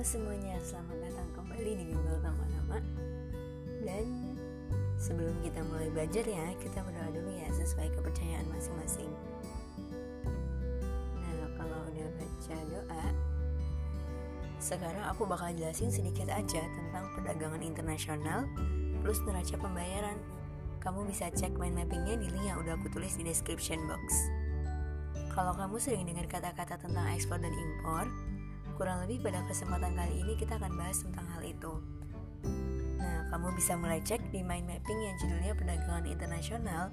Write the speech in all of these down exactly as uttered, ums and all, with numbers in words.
semuanya, selamat datang kembali di Bimbel Tanpa Nama. Dan sebelum kita mulai belajar ya, kita berdoa dulu ya sesuai kepercayaan masing-masing. Nah, kalau udah baca doa, sekarang aku bakal jelasin sedikit aja tentang perdagangan internasional plus neraca pembayaran. Kamu bisa cek mind mappingnya di link yang udah aku tulis di description box. Kalau kamu sering dengar kata-kata tentang ekspor dan impor, kurang lebih pada kesempatan kali ini kita akan bahas tentang hal itu. Nah, kamu bisa mulai cek di mind mapping yang judulnya perdagangan internasional,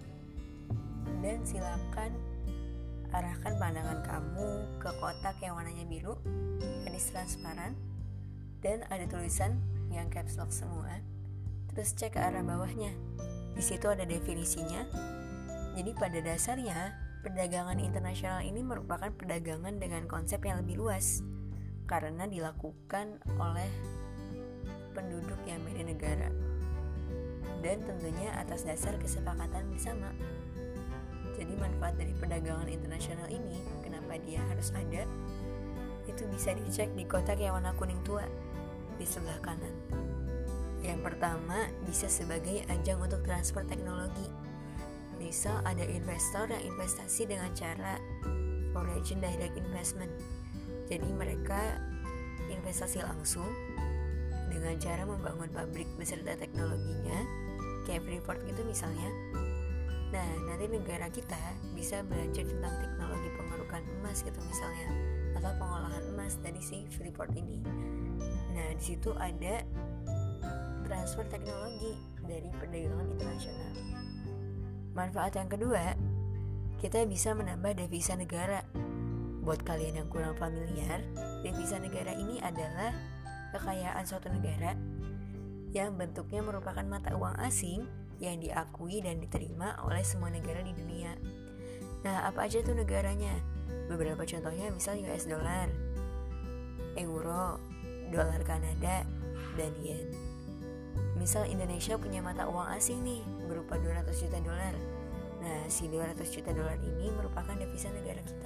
dan silakan arahkan pandangan kamu ke kotak yang warnanya biru, garis transparan, dan ada tulisan yang caps lock semua. Terus cek ke arah bawahnya. Di situ ada definisinya. Jadi pada dasarnya, perdagangan internasional ini merupakan perdagangan dengan konsep yang lebih luas karena dilakukan oleh penduduk yang beda negara dan tentunya atas dasar kesepakatan bersama. Jadi manfaat dari perdagangan internasional ini, kenapa dia harus ada, itu bisa dicek di kotak yang warna kuning tua di sebelah kanan. Yang pertama, bisa sebagai ajang untuk transfer teknologi. Misal ada investor yang investasi dengan cara foreign direct investment. Jadi mereka investasi langsung dengan cara membangun pabrik beserta teknologinya, kayak Freeport gitu misalnya. Nah, nanti negara kita bisa belajar tentang teknologi pengerukan emas gitu misalnya, atau pengolahan emas dari si Freeport ini. Nah, di situ ada transfer teknologi dari perdagangan internasional. Manfaat yang kedua, kita bisa menambah devisa negara. Buat kalian yang kurang familiar, devisa negara ini adalah kekayaan suatu negara yang bentuknya merupakan mata uang asing yang diakui dan diterima oleh semua negara di dunia. Nah, apa aja tuh negaranya? Beberapa contohnya misal U S dollar, euro, dolar Kanada, dan yen. Misal Indonesia punya mata uang asing nih berupa dua ratus juta dolar. Nah, si dua ratus juta dolar ini merupakan devisa negara kita.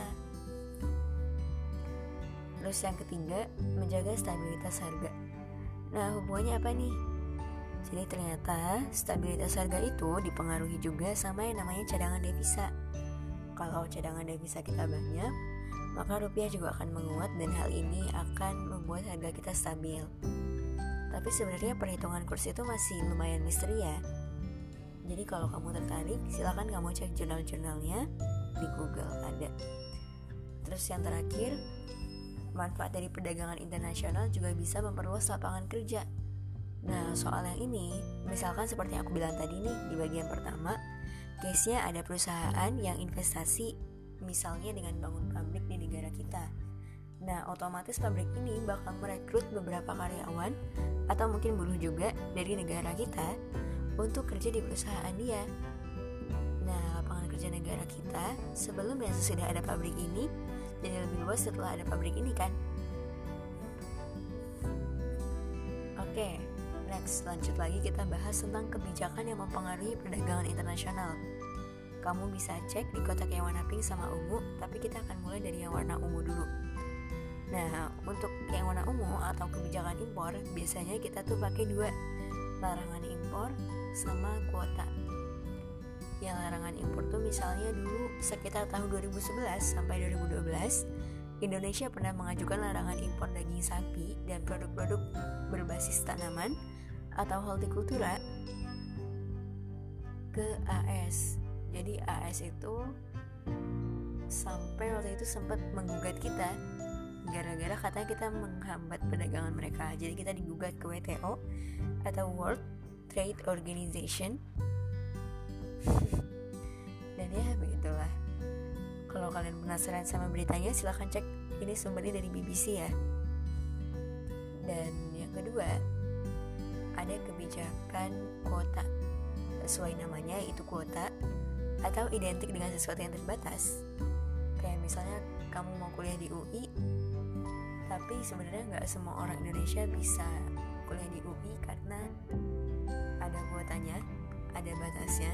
Terus yang ketiga, menjaga stabilitas harga. Nah, hubungannya apa nih? Jadi ternyata stabilitas harga itu dipengaruhi juga sama yang namanya cadangan devisa. Kalau cadangan devisa kita banyak, maka rupiah juga akan menguat dan hal ini akan membuat harga kita stabil. Tapi sebenarnya perhitungan kurs itu masih lumayan misteri ya. Jadi kalau kamu tertarik, silakan kamu cek jurnal-jurnalnya di Google, ada. Terus yang terakhir, manfaat dari perdagangan internasional juga bisa memperluas lapangan kerja. Nah, soal yang ini, misalkan seperti yang aku bilang tadi nih di bagian pertama, case-nya ada perusahaan yang investasi misalnya dengan bangun pabrik di negara kita. Nah, otomatis pabrik ini bakal merekrut beberapa karyawan atau mungkin buruh juga dari negara kita untuk kerja di perusahaan dia. Nah, lapangan kerja negara kita sebelum dan sesudah ada pabrik ini jadi lebih luas setelah ada pabrik ini kan. Oke, next lanjut lagi kita bahas tentang kebijakan yang mempengaruhi perdagangan internasional. Kamu bisa cek di kotak yang warna pink sama ungu, tapi kita akan mulai dari yang warna ungu dulu. Nah, untuk yang warna ungu atau kebijakan impor, biasanya kita tuh pakai dua, larangan impor sama kuota. Yang larangan impor tuh misalnya dulu sekitar tahun dua ribu sebelas sampai dua ribu dua belas, Indonesia pernah mengajukan larangan impor daging sapi dan produk-produk berbasis tanaman atau hortikultura ke A S. Jadi A S itu sampai waktu itu sempat menggugat kita gara-gara katanya kita menghambat perdagangan mereka. Jadi kita digugat ke W T O atau World Trade Organization. Dan ya begitulah. Kalau kalian penasaran sama beritanya, silahkan cek, ini sumbernya dari B B C ya. Dan yang kedua, ada kebijakan kuota. Sesuai namanya, itu kuota atau identik dengan sesuatu yang terbatas. Kayak misalnya kamu mau kuliah di U I, tapi sebenarnya nggak semua orang Indonesia bisa kuliah di U I karena ada kuotanya, ada batasnya.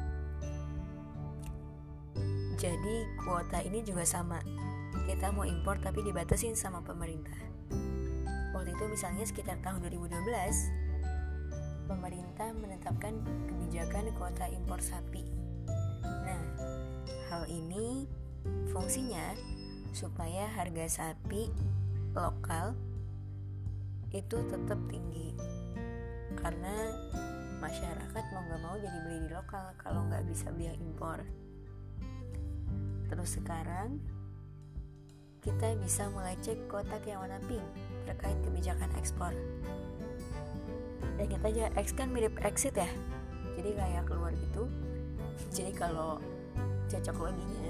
Jadi kuota ini juga sama, kita mau impor tapi dibatasin sama pemerintah. Waktu itu misalnya sekitar tahun dua ribu dua belas, pemerintah menetapkan kebijakan kuota impor sapi. Nah, hal ini fungsinya supaya harga sapi lokal itu tetap tinggi, karena masyarakat mau gak mau jadi beli di lokal kalau gak bisa beli yang impor. Terus sekarang kita bisa mulai cek kotak yang warna pink terkait kebijakan ekspor. Dan kita aja, X kan mirip exit ya, jadi kayak keluar gitu. Jadi kalau cocok loginya,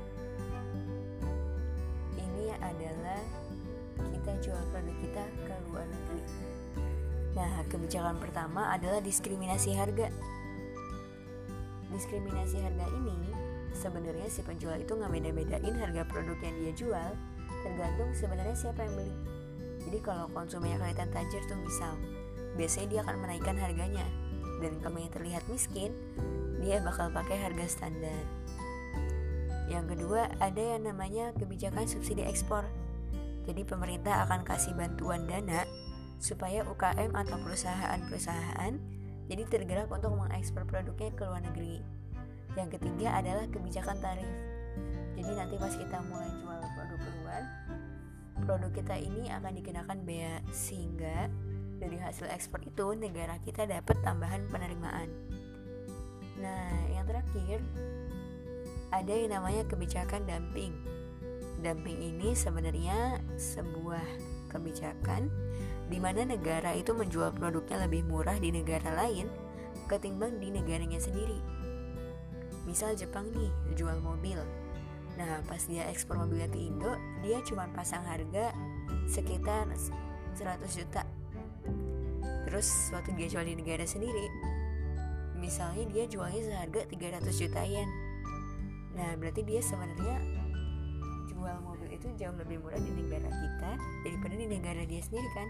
ini adalah kita jual produk kita ke luar negeri. Nah, kebijakan pertama adalah diskriminasi harga. Diskriminasi harga ini sebenarnya si penjual itu nggak beda-bedain harga produk yang dia jual, tergantung sebenarnya siapa yang beli. Jadi kalau konsumennya kelihatan tajir tuh misal, biasanya dia akan menaikkan harganya. Dan kalau yang terlihat miskin, dia bakal pakai harga standar. Yang kedua, ada yang namanya kebijakan subsidi ekspor. Jadi pemerintah akan kasih bantuan dana supaya U K M atau perusahaan-perusahaan jadi tergerak untuk mengekspor produknya ke luar negeri. Yang ketiga adalah kebijakan tarif. Jadi nanti pas kita mulai jual produk keluar, produk kita ini akan dikenakan bea, sehingga dari hasil ekspor itu negara kita dapat tambahan penerimaan. Nah, yang terakhir ada yang namanya kebijakan dumping. Dumping ini sebenarnya sebuah kebijakan di mana negara itu menjual produknya lebih murah di negara lain ketimbang di negaranya sendiri. Misal Jepang nih jual mobil. Nah, pas dia ekspor mobilnya ke Indo, dia cuma pasang harga sekitar seratus juta. Terus waktu dia jual di negara sendiri, misalnya dia jualnya seharga tiga ratus juta yen. Nah, berarti dia sebenarnya jual mobil itu jauh lebih murah di negara kita daripada di negara dia sendiri kan.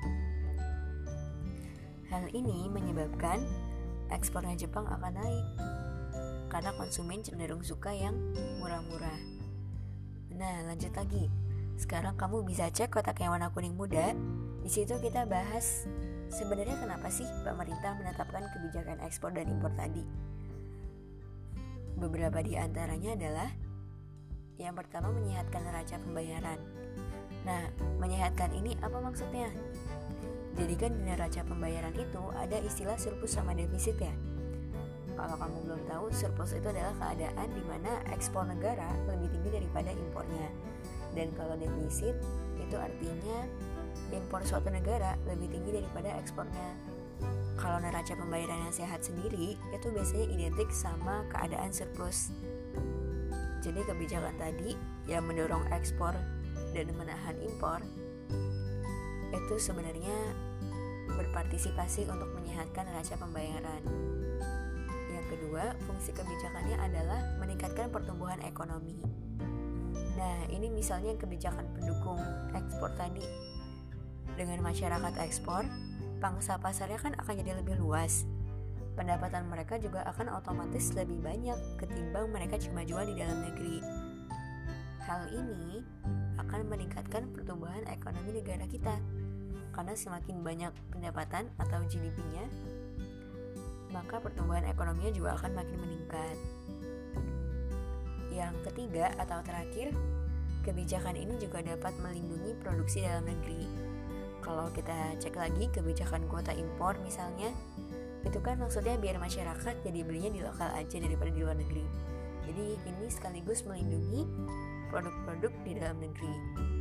Hal ini menyebabkan ekspornya Jepang akan naik karena konsumen cenderung suka yang murah-murah. Nah, lanjut lagi. Sekarang kamu bisa cek kotak yang warna kuning muda. Di situ kita bahas sebenarnya kenapa sih pemerintah menetapkan kebijakan ekspor dan impor tadi. Beberapa di antaranya adalah yang pertama, menyehatkan neraca pembayaran. Nah, menyehatkan ini apa maksudnya? Jadi kan di neraca pembayaran itu ada istilah surplus sama defisit ya. Kalau kamu belum tahu, surplus itu adalah keadaan di mana ekspor negara lebih tinggi daripada impornya. Dan kalau defisit itu artinya impor suatu negara lebih tinggi daripada ekspornya. Kalau neraca pembayaran yang sehat sendiri itu biasanya identik sama keadaan surplus. Jadi kebijakan tadi yang mendorong ekspor dan menahan impor itu sebenarnya berpartisipasi untuk menyehatkan neraca pembayaran. Yang kedua, fungsi kebijakannya adalah meningkatkan pertumbuhan ekonomi. Nah, ini misalnya kebijakan pendukung ekspor tadi. Dengan masyarakat ekspor, pangsa pasarnya kan akan jadi lebih luas. Pendapatan mereka juga akan otomatis lebih banyak ketimbang mereka cuma jual di dalam negeri. Hal ini akan meningkatkan pertumbuhan ekonomi negara kita, karena semakin banyak pendapatan atau G D P-nya, maka pertumbuhan ekonominya juga akan makin meningkat. Yang ketiga atau terakhir, kebijakan ini juga dapat melindungi produksi dalam negeri. Kalau kita cek lagi kebijakan kuota impor misalnya, itu kan maksudnya biar masyarakat jadi belinya di lokal aja daripada di luar negeri. Jadi ini sekaligus melindungi produk-produk di dalam negeri.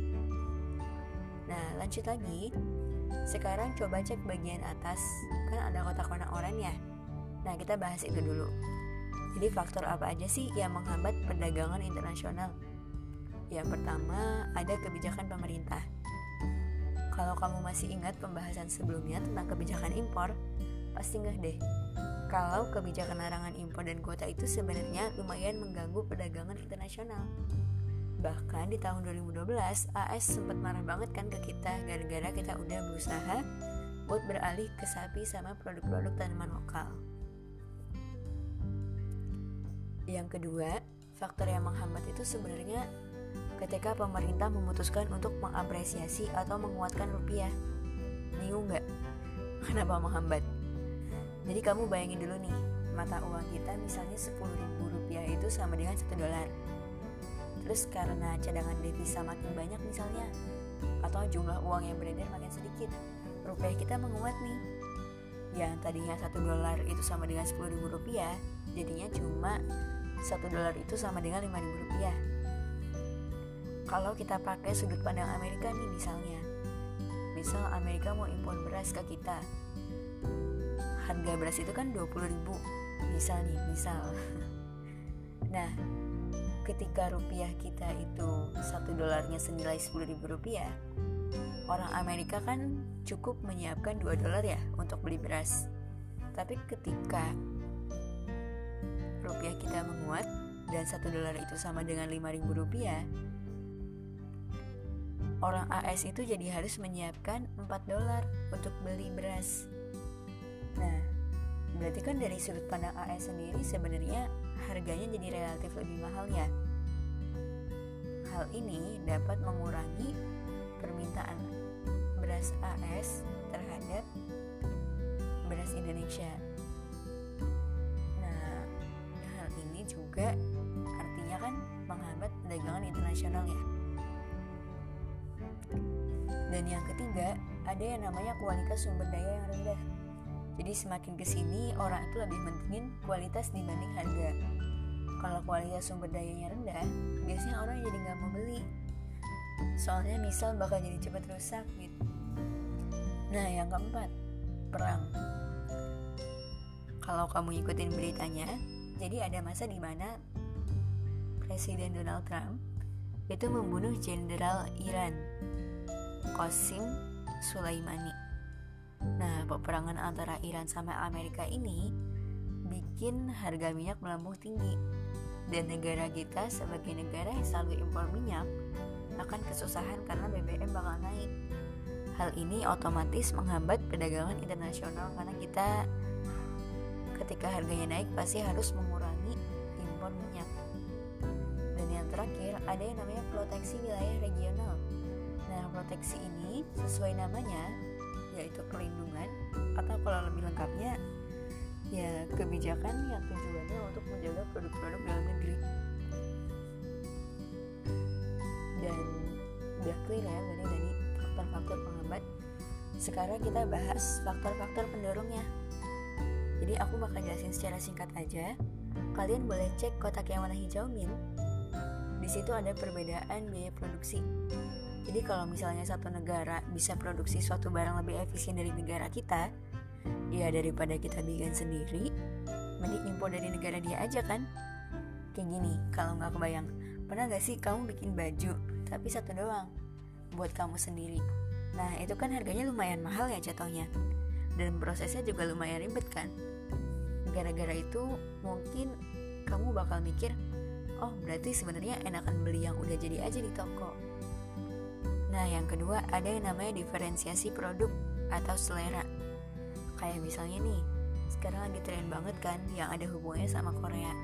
Nah, lanjut lagi. Sekarang coba cek bagian atas, kan ada kotak warna oranye ya. Nah, kita bahas itu dulu. Jadi faktor apa aja sih yang menghambat perdagangan internasional? Yang pertama, ada kebijakan pemerintah. Kalau kamu masih ingat pembahasan sebelumnya tentang kebijakan impor, pasti nggak deh kalau kebijakan larangan impor dan kuota itu sebenarnya lumayan mengganggu perdagangan internasional. Bahkan di tahun dua ribu dua belas, A S sempat marah banget kan ke kita gara-gara kita udah berusaha buat beralih ke sapi sama produk-produk tanaman lokal. Yang kedua, faktor yang menghambat itu sebenarnya ketika pemerintah memutuskan untuk mengapresiasi atau menguatkan rupiah. Bingung gak? Kenapa menghambat? Jadi kamu bayangin dulu nih, mata uang kita misalnya sepuluh ribu rupiah itu sama dengan satu dolar. Terus karena cadangan devisa makin banyak misalnya, atau jumlah uang yang beredar makin sedikit, rupiah kita menguat nih. Yang tadinya satu dolar itu sama dengan sepuluh ribu rupiah, jadinya cuma satu dolar itu sama dengan lima ribu rupiah. Kalau kita pakai sudut pandang Amerika nih misalnya, misal Amerika mau impor beras ke kita, harga beras itu kan dua puluh ribu, misal nih, misal. Nah, ketika rupiah kita itu satu dolarnya senilai sepuluh ribu rupiah, orang Amerika kan cukup menyiapkan dua dolar ya untuk beli beras. Tapi ketika rupiah kita menguat dan satu dolar itu sama dengan lima ribu rupiah, orang A S itu jadi harus menyiapkan empat dolar untuk beli beras. Nah, berarti kan dari sudut pandang A S sendiri sebenarnya harganya jadi relatif lebih mahal ya. Hal ini dapat mengurangi permintaan beras A S terhadap beras Indonesia. Nah, hal ini juga artinya kan menghambat perdagangan internasional ya. Dan yang ketiga, ada yang namanya kualitas sumber daya yang rendah. Jadi semakin kesini orang itu lebih mentingin kualitas dibanding harga. Kalau kualitas sumber dayanya rendah, biasanya orang jadi gak mau beli. Soalnya misal bakal jadi cepat rusak gitu. Nah, yang keempat, perang. Kalau kamu ikutin beritanya, jadi ada masa di mana Presiden Donald Trump itu membunuh Jenderal Iran Qasem Soleimani. Nah, peperangan antara Iran sama Amerika ini bikin harga minyak melambung tinggi. Dan negara kita sebagai negara yang selalu impor minyak akan kesusahan karena B B M bakal naik. Hal ini otomatis menghambat perdagangan internasional karena kita ketika harganya naik pasti harus mengurangi impor minyak. Dan yang terakhir, ada yang namanya proteksi wilayah regional. Nah, proteksi ini sesuai namanya yaitu perlindungan, atau kalau lebih lengkapnya ya kebijakan yang tujuannya untuk menjaga produk-produk dalam negeri. Dan udah clear ya dari dari faktor-faktor penghambat. Sekarang kita bahas faktor-faktor pendorongnya. Jadi aku bakal jelasin secara singkat aja. Kalian boleh cek kotak yang warna hijau min. Di situ ada perbedaan biaya produksi. Jadi kalau misalnya satu negara bisa produksi suatu barang lebih efisien dari negara kita, ya daripada kita bikin sendiri, mending impor dari negara dia aja kan. Kayak gini, kalau gak kebayang, pernah gak sih kamu bikin baju tapi satu doang buat kamu sendiri? Nah, itu kan harganya lumayan mahal ya jatuhnya, dan prosesnya juga lumayan ribet kan. Gara-gara itu mungkin kamu bakal mikir, oh berarti sebenarnya enakan beli yang udah jadi aja di toko. Nah, yang kedua, ada yang namanya diferensiasi produk atau selera. Kayak misalnya nih, sekarang lagi tren banget kan yang ada hubungannya sama Korea.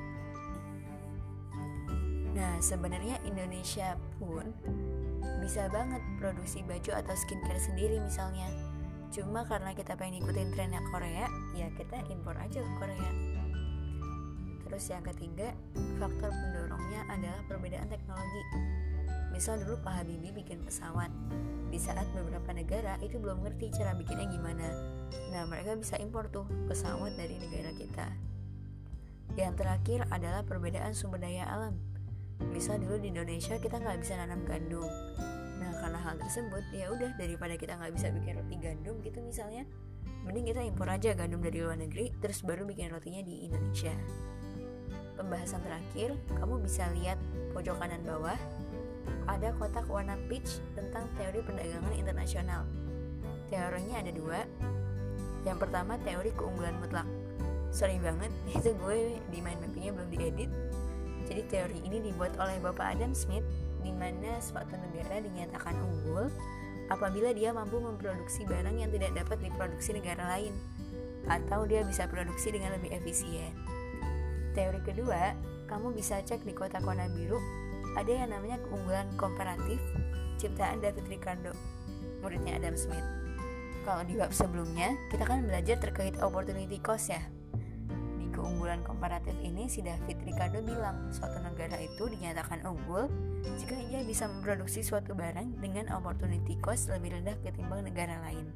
Nah, sebenarnya Indonesia pun bisa banget produksi baju atau skincare sendiri misalnya. Cuma karena kita pengen ikutin trennya Korea, ya kita impor aja ke Korea. Terus yang ketiga, faktor pendorongnya adalah perbedaan teknologi. Misal dulu Pak Habibie bikin pesawat, di saat beberapa negara itu belum ngerti cara bikinnya gimana. Nah, mereka bisa impor tuh pesawat dari negara kita. Yang terakhir adalah perbedaan sumber daya alam. Misal dulu di Indonesia kita nggak bisa nanam gandum. Nah, karena hal tersebut, ya udah daripada kita nggak bisa bikin roti gandum gitu misalnya, mending kita impor aja gandum dari luar negeri, terus baru bikin rotinya di Indonesia. Pembahasan terakhir, kamu bisa lihat pojok kanan bawah. Ada kotak warna peach tentang teori perdagangan internasional. Teorinya ada dua. Yang pertama teori keunggulan mutlak. Sorry banget, itu gue di mind mappingnya belum diedit. Jadi teori ini dibuat oleh Bapak Adam Smith, di mana suatu negara dinyatakan unggul apabila dia mampu memproduksi barang yang tidak dapat diproduksi negara lain, atau dia bisa produksi dengan lebih efisien. Teori kedua, kamu bisa cek di kotak warna biru. Ada yang namanya keunggulan komparatif, ciptaan David Ricardo, muridnya Adam Smith. Kalau di bab sebelumnya, kita kan belajar terkait opportunity cost ya. Di keunggulan komparatif ini, si David Ricardo bilang, suatu negara itu dinyatakan unggul jika ia bisa memproduksi suatu barang dengan opportunity cost lebih rendah ketimbang negara lain.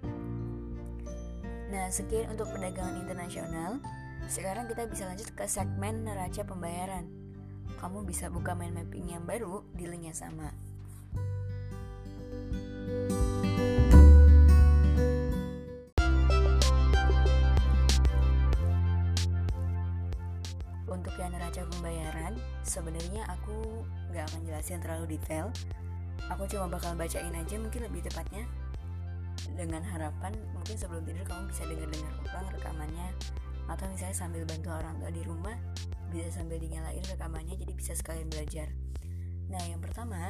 Nah, sekian untuk perdagangan internasional. Sekarang kita bisa lanjut ke segmen neraca pembayaran. Kamu bisa buka mind mapping yang baru di link yang sama. Untuk yang neraca pembayaran, sebenarnya aku gak akan jelasin terlalu detail. Aku cuma bakal bacain aja mungkin lebih tepatnya, dengan harapan mungkin sebelum tidur kamu bisa dengar-dengar ulang rekamannya, atau misalnya sambil bantu orang tua di rumah bisa sambil dinyalain rekamannya, jadi bisa sekalian belajar. Nah, yang pertama,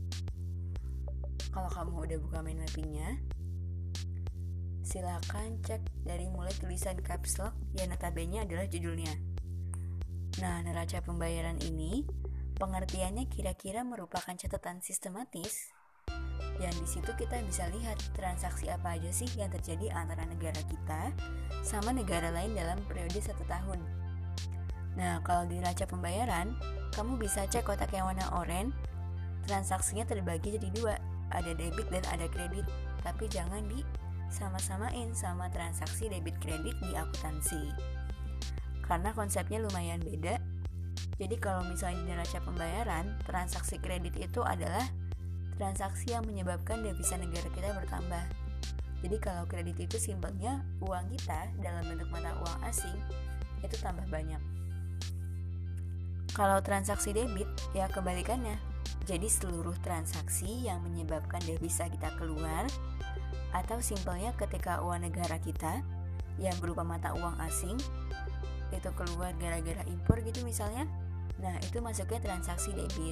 kalau kamu udah buka mind mappingnya, silakan cek dari mulai tulisan caps lock yang notabene adalah judulnya. Nah, neraca pembayaran ini pengertiannya kira-kira merupakan catatan sistematis yang di situ kita bisa lihat transaksi apa aja sih yang terjadi antara negara kita sama negara lain dalam periode satu tahun. Nah, kalau di neraca pembayaran, kamu bisa cek kotak yang warna oranye, transaksinya terbagi jadi dua, ada debit dan ada kredit, tapi jangan di sama-samain sama transaksi debit kredit di akuntansi, karena konsepnya lumayan beda. Jadi kalau misalnya di neraca pembayaran, transaksi kredit itu adalah transaksi yang menyebabkan devisa negara kita bertambah. Jadi kalau kredit itu simpelnya uang kita dalam bentuk mata uang asing itu tambah banyak. Kalau transaksi debit ya kebalikannya. Jadi seluruh transaksi yang menyebabkan devisa kita keluar, atau simpelnya ketika uang negara kita yang berupa mata uang asing itu keluar gara-gara impor gitu misalnya, nah itu masuknya transaksi debit.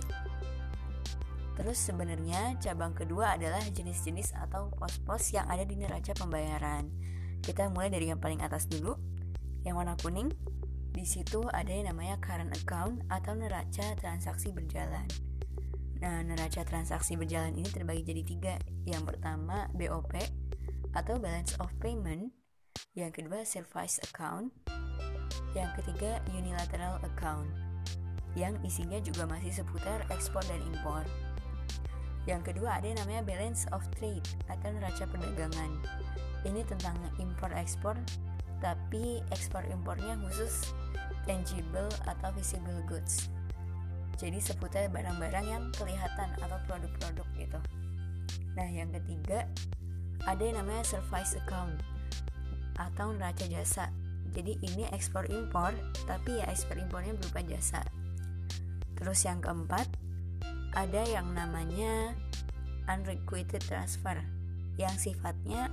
Terus sebenarnya cabang kedua adalah jenis-jenis atau pos-pos yang ada di neraca pembayaran. Kita mulai dari yang paling atas dulu, yang warna kuning. Di situ ada yang namanya current account atau neraca transaksi berjalan. Nah, neraca transaksi berjalan ini terbagi jadi tiga. Yang pertama B O P atau balance of payment, yang kedua service account, yang ketiga unilateral account, yang isinya juga masih seputar ekspor dan impor. Yang kedua ada yang namanya balance of trade atau neraca perdagangan. Ini tentang impor ekspor, tapi ekspor impornya khusus tangible atau visible goods. Jadi seputar barang-barang yang kelihatan atau produk-produk gitu. Nah, yang ketiga ada yang namanya service account atau neraca jasa. Jadi ini ekspor impor, tapi ya ekspor impornya berupa jasa. Terus yang keempat ada yang namanya unrequited transfer yang sifatnya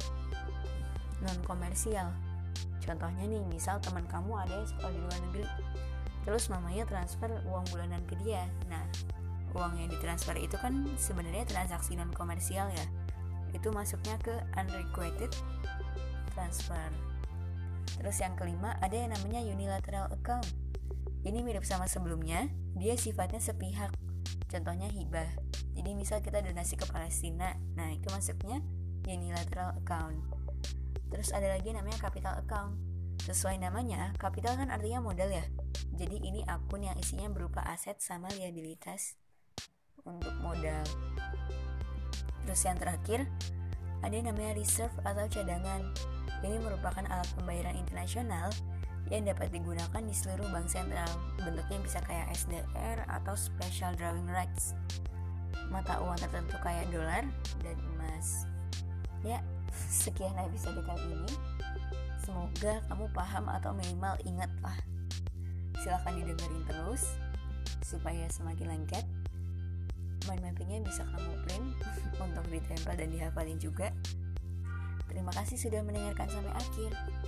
non komersial. Contohnya nih, misal teman kamu ada yang sekolah di luar negeri, terus mamanya transfer uang bulanan ke dia. Nah, uang yang ditransfer itu kan sebenarnya transaksi non komersial ya. Itu masuknya ke unrequited transfer. Terus yang kelima ada yang namanya unilateral account. Ini mirip sama sebelumnya, dia sifatnya sepihak. Contohnya hibah. Jadi misal kita donasi ke Palestina, nah itu masuknya unilateral account. Terus ada lagi namanya capital account. Sesuai namanya, capital kan artinya modal ya. Jadi ini akun yang isinya berupa aset sama liabilitas untuk modal. Terus yang terakhir ada yang namanya reserve atau cadangan. Ini merupakan alat pembayaran internasional yang dapat digunakan di seluruh bank sentral. Bentuknya bisa kayak S D R atau special drawing rights, mata uang tertentu kayak dolar dan emas. Ya, sekian episode kali ini. Semoga kamu paham atau minimal ingat lah. Silahkan didengerin terus supaya semakin lengket. Mind mappingnya bisa kamu print untuk ditempel dan dihafalin juga. Terima kasih sudah mendengarkan sampai akhir.